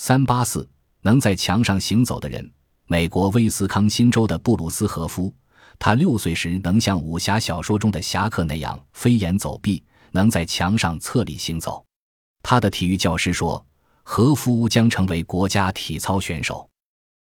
384能在墙上行走的人，美国威斯康辛州的布鲁斯·和夫，他6岁时能像武侠小说中的侠客那样飞檐走壁，能在墙上侧立行走。他的体育教师说，和夫将成为国家体操选手。